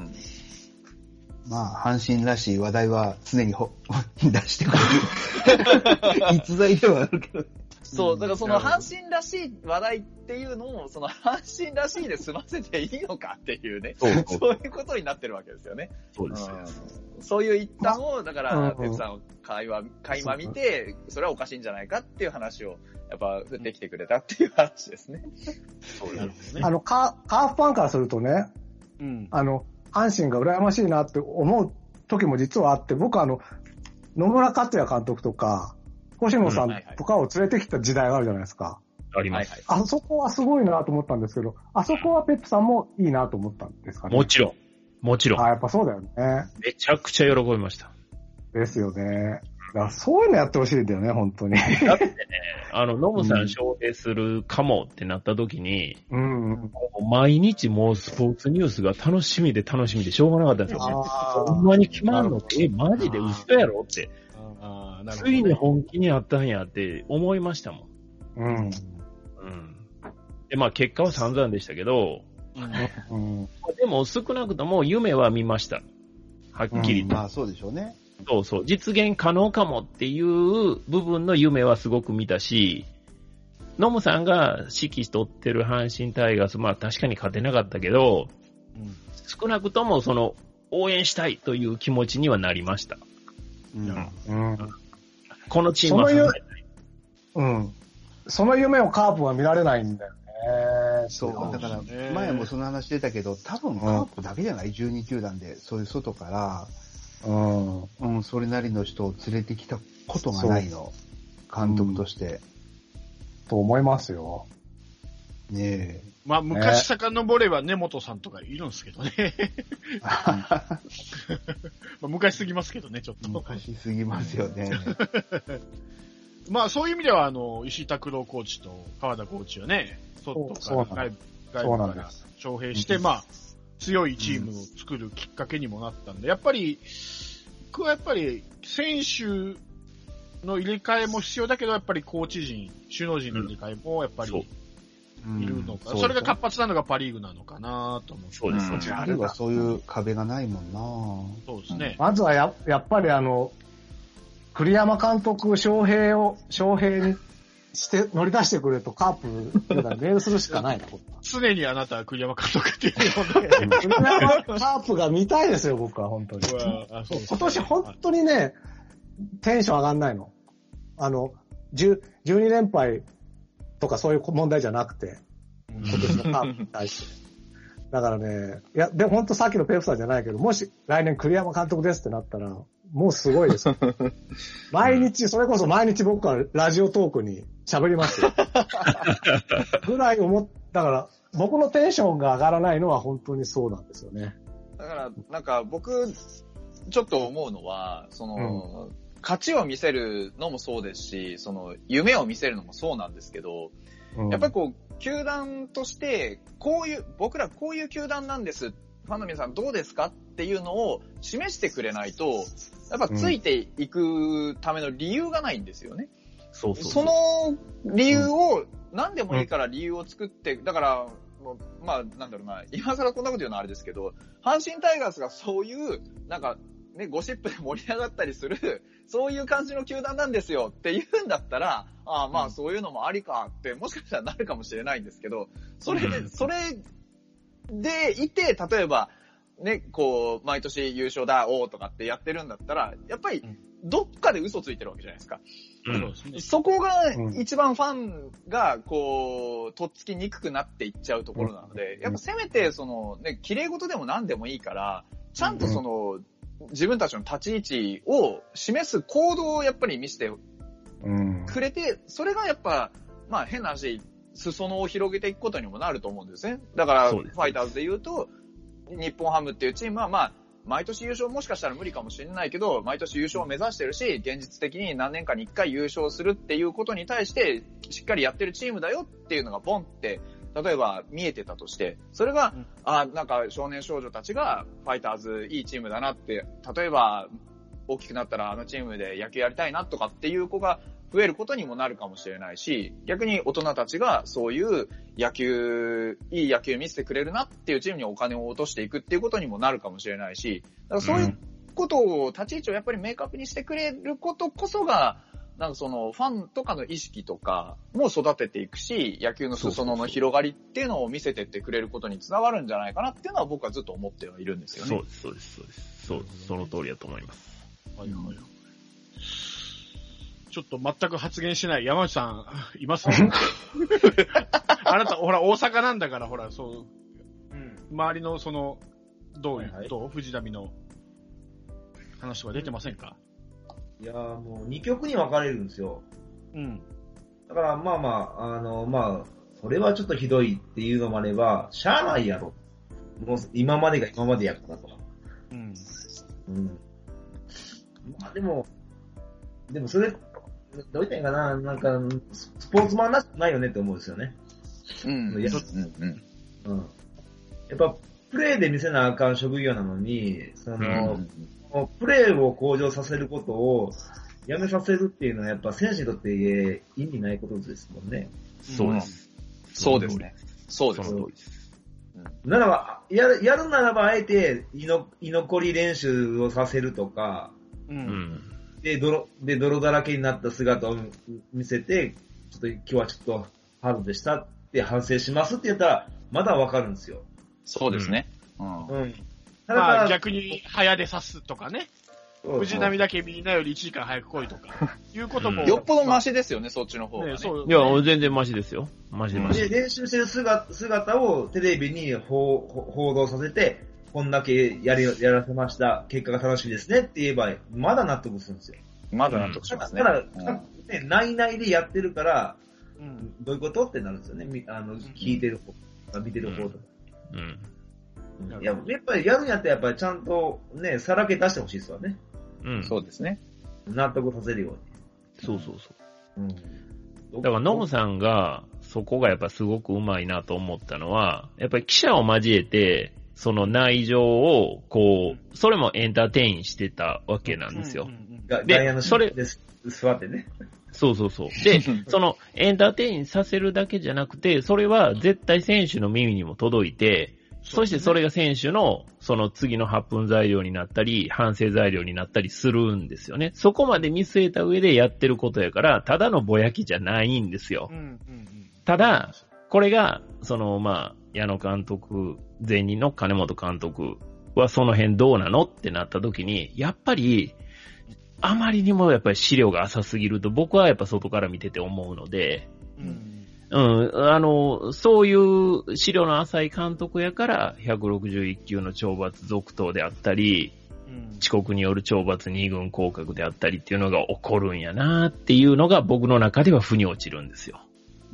まあ、阪神らしい話題は常に出してくれる。逸材ではあるけど。 そう、だからその阪神らしい話題っていうのを、その阪神らしいで済ませていいのかっていうね、そういうことになってるわけですよね。 そうです。 そういう一端を、だから、ペプさんを垣間見て、それはおかしいんじゃないかっていう話を、やっぱ振ってきてくれたっていう話ですね。 そうですね。 カーフファンからするとね、阪神が羨ましいなって思う時も実はあって、僕野村克也監督とか、星野さんとかを連れてきた時代があるじゃないですか。 あります。 あそこはすごいなと思ったんですけど、あそこはペップさんもいいなと思ったんですかね。 もちろん。もちろん。 やっぱそうだよね。 めちゃくちゃ喜びました。 ですよね。だからそういうのやってほしいんだよね、本当に。 だってね、ノムさん招聘するかもってなった時に、毎日もうスポーツニュースが楽しみでしょうがなかったんですよね。ほんまに決まんのって、マジで嘘やろって。ついに本気になったんやって思いましたもん。で、結果は散々でしたけど、でも少なくとも夢は見ました。はっきりと。 そうでしょうね。 そうそう。実現可能かもっていう部分の夢はすごく見たし、ノムさんが指揮しとってる阪神タイガース、確かに勝てなかったけど、少なくとも応援したいという気持ちにはなりました。このチームはその夢をカープは見られないんだよね。 そう。だから、前もその話出たけど、多分カープだけじゃない ?12 球団で、そういう外から、それなりの人を連れてきたことがないの。監督として。 と思いますよ。 ねえ。 昔遡れば根本さんとかいるんですけどね。昔すぎますけどね、ちょっと。 昔すぎますよね。 そういう意味では、石井拓郎コーチと川田コーチはね、外から外部から招聘して、強いチームを作るきっかけにもなったんで、やっぱり選手の入れ替えも必要だけど、やっぱりコーチ陣、首脳陣の入れ替えもやっぱりいるのか、それが活発なのがパリーグなのかなと思う。 そうです。 あるいはそういう壁がないもんな。 そうですね。 まずはやっぱり栗山監督招聘にして乗り出してくれとカープメールするしかないな。 常にあなたは栗山監督っていうので。 栗山カープが見たいですよ、僕は本当に。今年本当にね、テンション上がんないの。12連敗とかそういう問題じゃなくて、今年のカープに対して。だからね、でも本当さっきのペプさんじゃないけど、もし来年栗山監督ですってなったら、もうすごいです。それこそ毎日僕はラジオトークに喋りますよ。ぐらいだから僕のテンションが上がらないのは本当にそうなんですよね。 だから僕、ちょっと思うのは、勝ちを見せるのもそうですし、夢を見せるのもそうなんですけど、やっぱり球団として、僕らこういう球団なんです。ファンの皆さんどうですかっていうのを示してくれないと、やっぱついていくための理由がないんですよね。その理由を、何でもいいから理由を作って、だから、なんだろうな、今更こんなこと言うのはあれですけど、阪神タイガースがそういう、ゴシップで盛り上がったりする、そういう感じの球団なんですよって言うんだったら、そういうのもありかって、もしかしたらなるかもしれないんですけど、それでいて、例えば、ね、毎年優勝だ、とかってやってるんだったら、やっぱり、どっかで嘘ついてるわけじゃないですか。そこが一番ファンが、とっつきにくくなっていっちゃうところなので、やっぱせめて、綺麗事でも何でもいいから、ちゃんと自分たちの立ち位置を示す行動をやっぱり見せてくれて、それがやっぱ、変な話、裾野を広げていくことにもなると思うんですね。だから、ファイターズで言うと、日本ハムっていうチームは毎年優勝もしかしたら無理かもしれないけど、毎年優勝を目指してるし、現実的に何年かに1回優勝するっていうことに対して、しっかりやってるチームだよっていうのがボンって、例えば見えてたとして、それが、少年少女たちがファイターズいいチームだなって、例えば大きくなったらチームで野球やりたいなとかっていう子が増えることにもなるかもしれないし、逆に大人たちがそういういい野球見せてくれるなっていうチームにお金を落としていくっていうことにもなるかもしれないし、だからそういうことを、立ち位置をやっぱり明確にしてくれることこそが、 なんかその、ファンとかの意識とかも育てていくし、野球の裾野の広がりっていうのを見せてってくれることにつながるんじゃないかなっていうのは僕はずっと思ってはいるんですよね。 そうです。その通りだと思います。 はいはい。ちょっと全く発言しない山内さん、いますあなた、ほら、大阪なんだから、ほら、そう、周りのその、どう藤波の話は出てませんか？ いやーもう2曲に分かれるんですよ。だからまあ、それはちょっとひどいっていうのもあれば、しゃあないやろ。もう今までが今までやったと。まあでもそれ、どう言ったらいいかな、なんか、スポーツマンらしくないよねって思うんですよね。やっぱ、プレーで見せなあかん職業なのに、プレーを向上させることをやめさせるっていうのはやっぱ選手にとって意味ないことですもんね。 そうです。そうですね。そうです。 ならば、やるならばあえて居残り練習をさせるとか、で、泥だらけになった姿を見せて、ちょっと今日はちょっとハードでしたって反省しますって言ったら、まだわかるんですよ。 そうですね。 まあ逆に早出さすとかね。藤波だけみんなより1時間早く来いとか。いうことも。 よっぽどマシですよね、そっちの方が、ね。 いや、全然マシですよ。マシ。 で、練習してる姿をテレビに報道させて、こんだけやらせました。結果が楽しみですねって言えば、まだ納得するんですよ。 まだ納得しますね。 ただ、内々でやってるから、どういうことってなるんですよね。聞いてる方、見てる方とか。やっぱりやるんやったらやっぱりちゃんとね、さらけ出してほしいですわね。 そうですね。 納得させるように。そう。だからノムさんが、そこがやっぱすごくうまいなと思ったのは、やっぱり記者を交えて、その内情を、それもエンターテインしてたわけなんですよ。 で、それ、座ってね。 そう。で、そのエンターテインさせるだけじゃなくて、それは絶対選手の耳にも届いて、そしてそれが選手のその次の発奮材料になったり、反省材料になったりするんですよね。そこまで見据えた上でやってることやから、ただのぼやきじゃないんですよ。ただ、これが、矢野監督、前任の金本監督はその辺どうなのってなった時に、やっぱり、あまりにもやっぱり資料が浅すぎると僕はやっぱ外から見てて思うので、そういう資料の浅い監督やから161球の懲罰続投であったり、遅刻による懲罰2軍降格であったりっていうのが起こるんやなっていうのが僕の中では腑に落ちるんですよ。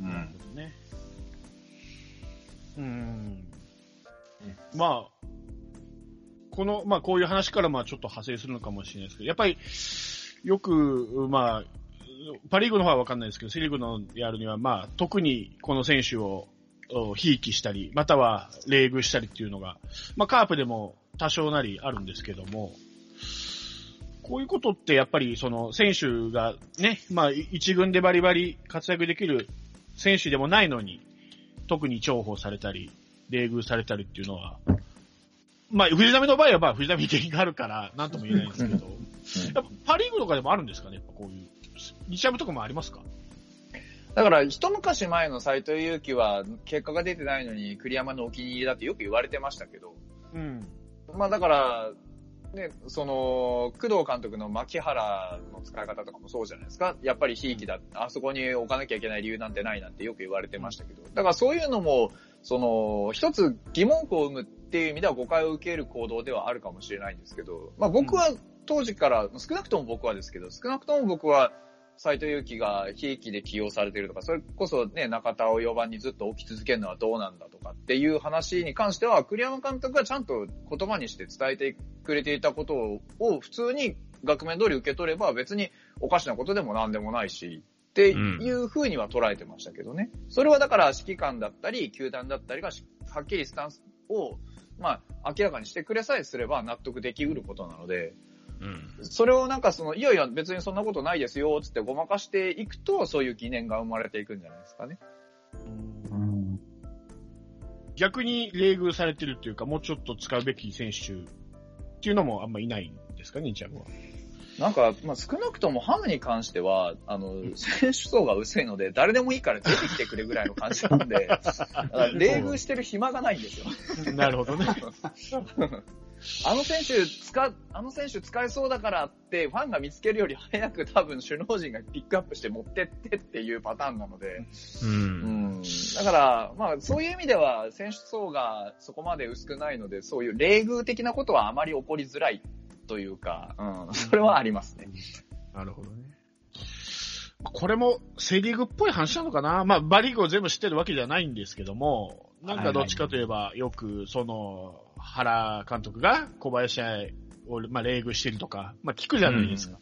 まあ、こういう話からちょっと派生するのかもしれないですけど、やっぱり、よく、パリーグの方はわかんないですけど、セリーグのやるには、特にこの選手をひいきしたり、または冷遇したりっていうのが、カープでも多少なりあるんですけども、こういうことってやっぱりその選手がね、一軍でバリバリ活躍できる選手でもないのに、特に重宝されたり、冷遇されたりっていうのは、藤波の場合は藤波に原因があるから何とも言えないんですけど、やっぱパリーグとかでもあるんですかね、やっぱこういう。日ハムとかもありますか？ だから一昔前の斎藤佑樹は結果が出てないのに栗山のお気に入りだってよく言われてましたけど、だからね、工藤監督の牧原の使い方とかもそうじゃないですか。やっぱりひいきだ、あそこに置かなきゃいけない理由なんてないなんてよく言われてましたけど、だからそういうのも一つ疑問符を生むっていう意味では誤解を受ける行動ではあるかもしれないんですけど、僕は当時から、少なくとも僕は斎藤佑樹がひいきで起用されているとか、それこそね、中田を4番にずっと置き続けるのはどうなんだとかっていう話に関しては、栗山監督がちゃんと言葉にして伝えてくれていたことを普通に額面通り受け取れば別におかしなことでもなんでもないし、っていう風には捉えてましたけどね。それはだから指揮官だったり、球団だったりがはっきりスタンスを、明らかにしてくれさえすれば納得できうることなので、それをいやいや別にそんなことないですよつってごまかしていくと、そういう疑念が生まれていくんじゃないですかね。 逆に冷遇されてるっていうか、もうちょっと使うべき選手っていうのもあんまいないんですかね、日ハムは。 なんか、まあ、少なくともハムに関しては、選手層が薄いので、誰でもいいから出てきてくれぐらいの感じなんで、冷遇してる暇がないんですよ。 なるほどね。 あの選手使えそうだからって、ファンが見つけるより早く多分首脳陣がピックアップして持ってってっていうパターンなので、だから、まあそういう意味では選手層がそこまで薄くないので、そういう冷遇的なことはあまり起こりづらいというか、それはありますね。 なるほどね。これもセリーグっぽい話なのかな。まあバリーグを全部知ってるわけじゃないんですけども、なんかどっちかといえばよく原監督が小林を、まあ、冷遇してるとか、まあ、聞くじゃないですか。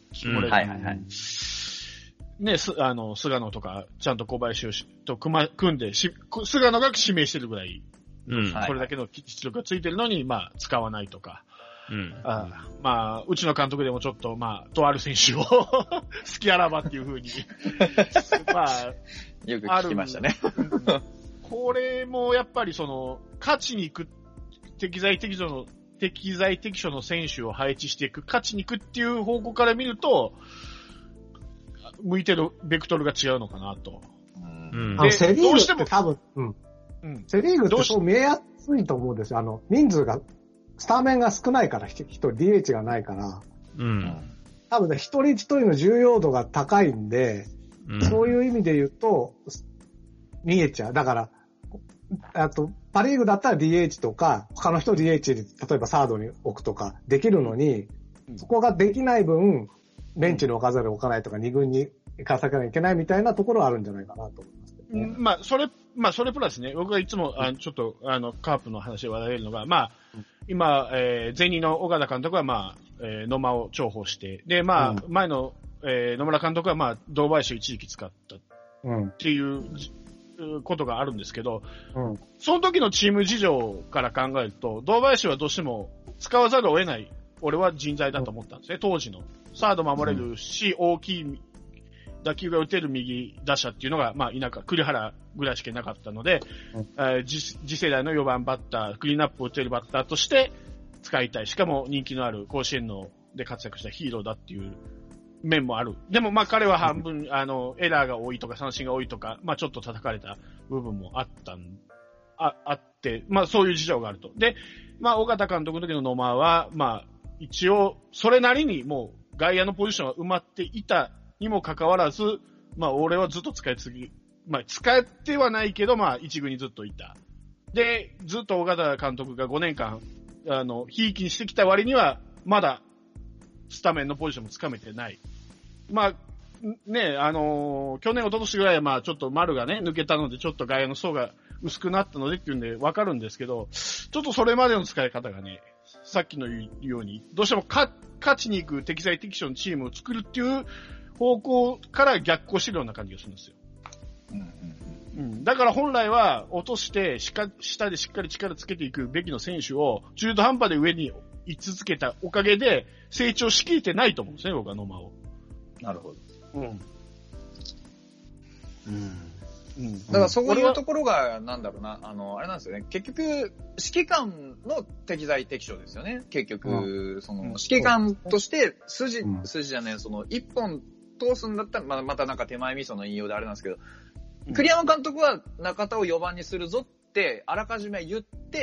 ね、菅野とか、ちゃんと小林と組んで、菅野が指名してるぐらい、これだけの実力がついてるのに、まあ、使わないとか。まあ、うちの監督でもちょっと、まあ、とある選手を好きあらばっていう風に、まあ、 よく聞きましたね。 これもやっぱり勝ちに行く、適材適所の選手を配置していく、勝ちに行くっていう方向から見ると、向いてるベクトルが違うのかなと。 セリーグって多分、セリーグってそう見えやすいと思うんですよ。人数が、スタメンが少ないから、一人 DH がないから、多分ね、一人一人の重要度が高いんで、そういう意味で言うと、見えちゃう。だから、パリーグだったら DH とか、他の人 DH で、例えばサードに置くとかできるのに、そこができない分、ベンチに置かざるを置かないとか、2軍に行かさなきゃいけないみたいなところはあるんじゃないかなと思いますけどね。 まあ、それプラスね、僕がいつも、ちょっと、カープの話で話題れるのが、まあ、今、前任の岡田監督は、まあ、野間を重宝して、で、まあ、前の、野村監督は、まあ、堂林を一時期使ったっていうことがあるんですけど、その時のチーム事情から考えると、堂林はどうしても使わざるを得ない、俺は人材だと思ったんですね、当時の。サード守れるし、大きい打球が打てる右打者っていうのが、まあ、栗原ぐらいしかいなかったので、次世代の4番バッター、クリーンアップを打てるバッターとして使いたい。しかも人気のある甲子園で活躍したヒーローだっていう面もある。でもまあ彼は半分、エラーが多いとか三振が多いとか、まあちょっと叩かれた部分もあって、まあそういう事情があると。で、まあ尾形監督の時の野間は、まあ一応それなりにもう外野のポジションが埋まっていたにもかかわらず、まあ俺はずっと使ってはないけど、まあ一軍にずっといた。で、ずっと尾形監督が5年間、ひいきにしてきた割には、まだスタメンのポジションもつかめてない。まあ、ね、去年、一昨年ぐらいはまあちょっと丸がね、抜けたので、ちょっと外野の層が薄くなったのでっていうんでわかるんですけど、ちょっとそれまでの使い方がね、さっきの言うように、どうしても勝ちに行く適材適所のチームを作るっていう方向から逆行してるような感じがするんですよ。だから本来は落として下でしっかり力つけていくべきの選手を中途半端で上に居続けたおかげで成長しきれてないと思うんですね、僕は野間を。 なるほど。だからそういうところが、なんだろうな、あれなんですよね。結局、指揮官の適材適所ですよね。結局、指揮官として筋じゃねえ、一本通すんだったら、またなんか手前味噌の引用であれなんですけど、栗山監督は中田を4番にするぞってあらかじめ言って、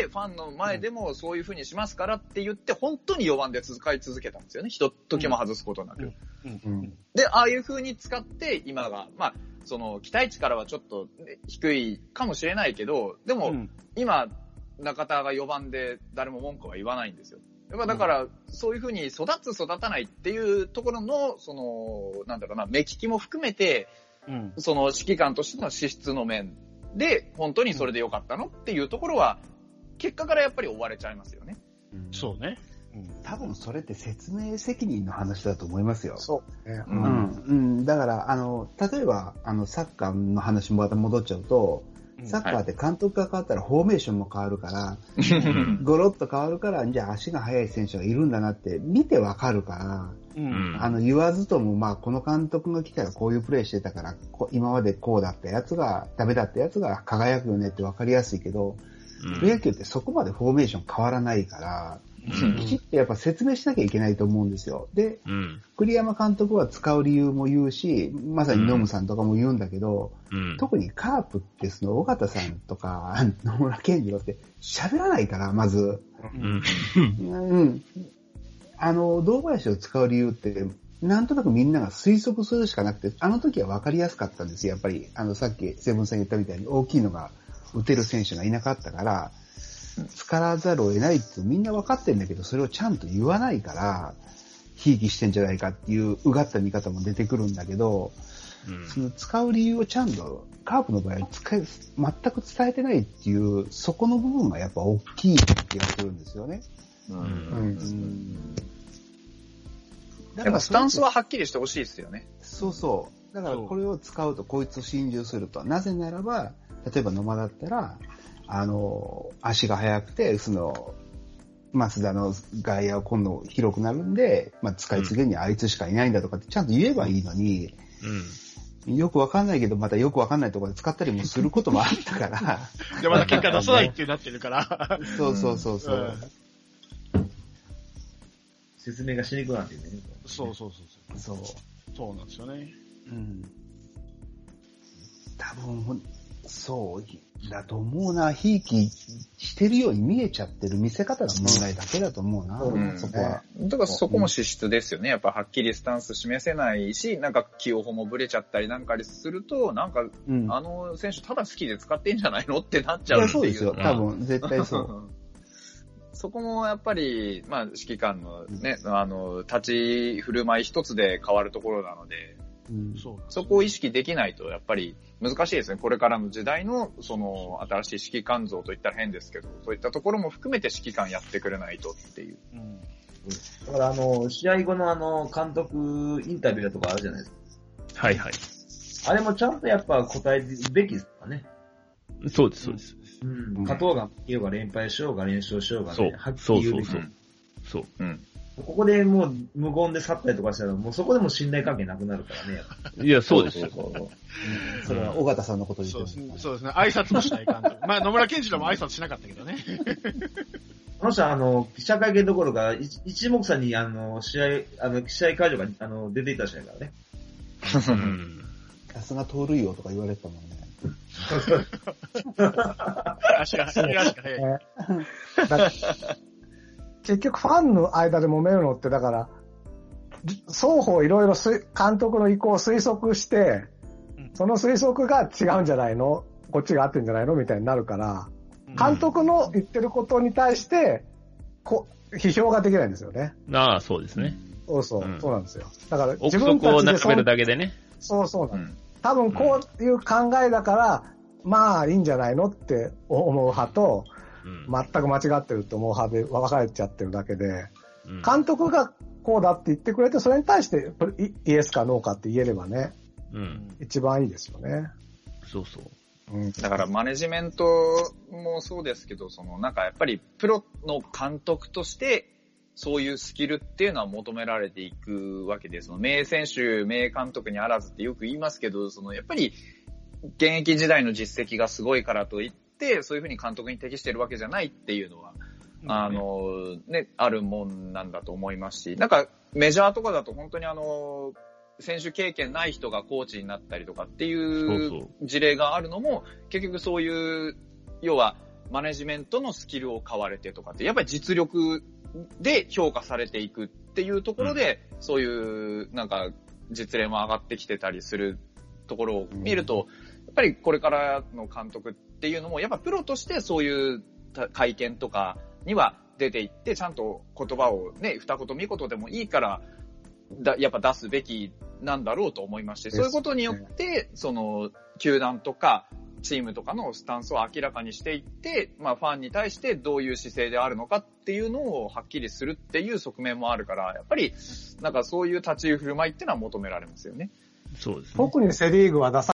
ファンの前でもそういう風にしますからって言って、本当に4番で使い続けたんですよね。一時も外すことなく。で、ああいう風に使って今が、まあ、期待値からはちょっと低いかもしれないけど、でも、今、中田が4番で誰も文句は言わないんですよ。だから、そういう風に育つ育たないっていうところの、なんだろうな、目利きも含めて、指揮官としての資質の面で、本当にそれでよかったのっていうところは、結果からやっぱり追われちゃいますよね。 そうね。 多分それって説明責任の話だと思いますよ。 そうね。 だから、例えば、サッカーの話もまた戻っちゃうと、サッカーって監督が変わったらフォーメーションも変わるから、ゴロッと変わるから、じゃあ足が速い選手がいるんだなって見てわかるから、言わずとも、まあ、この監督が来たらこういうプレーしてたから、今までこうだったやつが、ダメだったやつが輝くよねってわかりやすいけど、プロ野球ってそこまでフォーメーション変わらないから、 きちっとやっぱ説明しなきゃいけないと思うんですよ。で、栗山監督は使う理由も言うし、まさにノムさんとかも言うんだけど、特にカープってその尾形さんとか野村健次郎って喋らないから、まず。堂林を使う理由って、なんとなくみんなが推測するしかなくて、あの時は分かりやすかったんですよ。やっぱり、さっきセブンさん言ったみたいに大きいのが打てる選手がいなかったから、使わざるを得ないってみんな分かってるんだけど、それをちゃんと言わないから、ひいきしてんじゃないかっていううがった見方も出てくるんだけど、その使う理由をちゃんと、カープの場合全く伝えてないっていう、そこの部分がやっぱ大きい気がするんですよね。 だからスタンスははっきりしてほしいですよね。 そうそう。だからこれを使うとこいつを心中すると。なぜならば、例えば野間だったら、足が速くて、増田の外野は今度広くなるんで、使い継げにあいつしかいないんだとかってちゃんと言えばいいのに、よくわかんないけど、またよくわかんないところで使ったりもすることもあったから。 で、まだ結果出さないってなってるから。 そう。 説明がしにくくなってるね。 そうなんですよね。 多分、そうだと思うな。ひいきしてるように見えちゃってる見せ方の問題だけだと思うな。そこは。 だからそこも資質ですよね。やっぱはっきりスタンス示せないし、なんか起用法もブレちゃったりなんかすると、なんか、あの選手ただ好きで使ってんじゃないのってなっちゃうっていう。 そうですよ。多分、絶対そう。 そこもやっぱり、指揮官のね、立ち振る舞い一つで変わるところなので、そこを意識できないとやっぱり難しいですね。これからの時代のその新しい指揮官像といったら変ですけど、そういったところも含めて指揮官やってくれないとっていう。 だから試合後の監督インタビューとかあるじゃないですか。 はいはい。 あれもちゃんとやっぱ答えるべきですかね。 そうです。 勝とうが負けようが連敗しようが連勝しようがね、はっきり言うべき。 そう。 ここでもう無言で去ったりとかしたら、もうそこでも信頼関係なくなるからね。 いや、そうですよ。 それは尾形さんのこと言ってる。 そうですね。挨拶もしない監督。野村健次郎も挨拶しなかったけどね。 この人記者会見どころか、一目散に試合会場が出ていた試合からね。 さすが盗塁王とか言われてたもんね。 足が速い。 結局ファンの間で揉めるのって、だから、双方いろいろ監督の意向を推測して、その推測が違うんじゃないの？こっちが合ってんじゃないのみたいになるから、監督の言ってることに対して、批評ができないんですよね。 ああ、そうですね。 そうなんですよ。だから自分たちで憶測を並べるだけでね。 そうなんです。多分こういう考えだから、まあいいんじゃないのって思う派と、全く間違ってると思う派で分かれちゃってるだけで、監督がこうだって言ってくれて、それに対してイエスかノーかって言えればね、一番いいですよね。 そう。 だからマネジメントもそうですけど、なんかやっぱりプロの監督としてそういうスキルっていうのは求められていくわけで、名選手、名監督にあらずってよく言いますけど、やっぱり現役時代の実績がすごいからといって、そういうふうに監督に適してるわけじゃないっていうのは、あるもんなんだと思いますし、なんかメジャーとかだと本当に選手経験ない人がコーチになったりとかっていう事例があるのも、結局そういう、要はマネジメントのスキルを買われてとかって、やっぱり実力で評価されていくっていうところで、そういうなんか実例も上がってきてたりするところを見ると、やっぱりこれからの監督っていうのも、やっぱプロとしてそういう会見とかには出ていって、ちゃんと言葉をね、二言三言でもいいから、やっぱ出すべきなんだろうと思いまして、そういうことによって、球団とかチームとかのスタンスを明らかにしていって、ファンに対してどういう姿勢であるのかっていうのをはっきりするっていう側面もあるから、やっぱり、なんかそういう立ち居振る舞いっていうのは求められますよね。 そうですね。 特にセリーグは出さ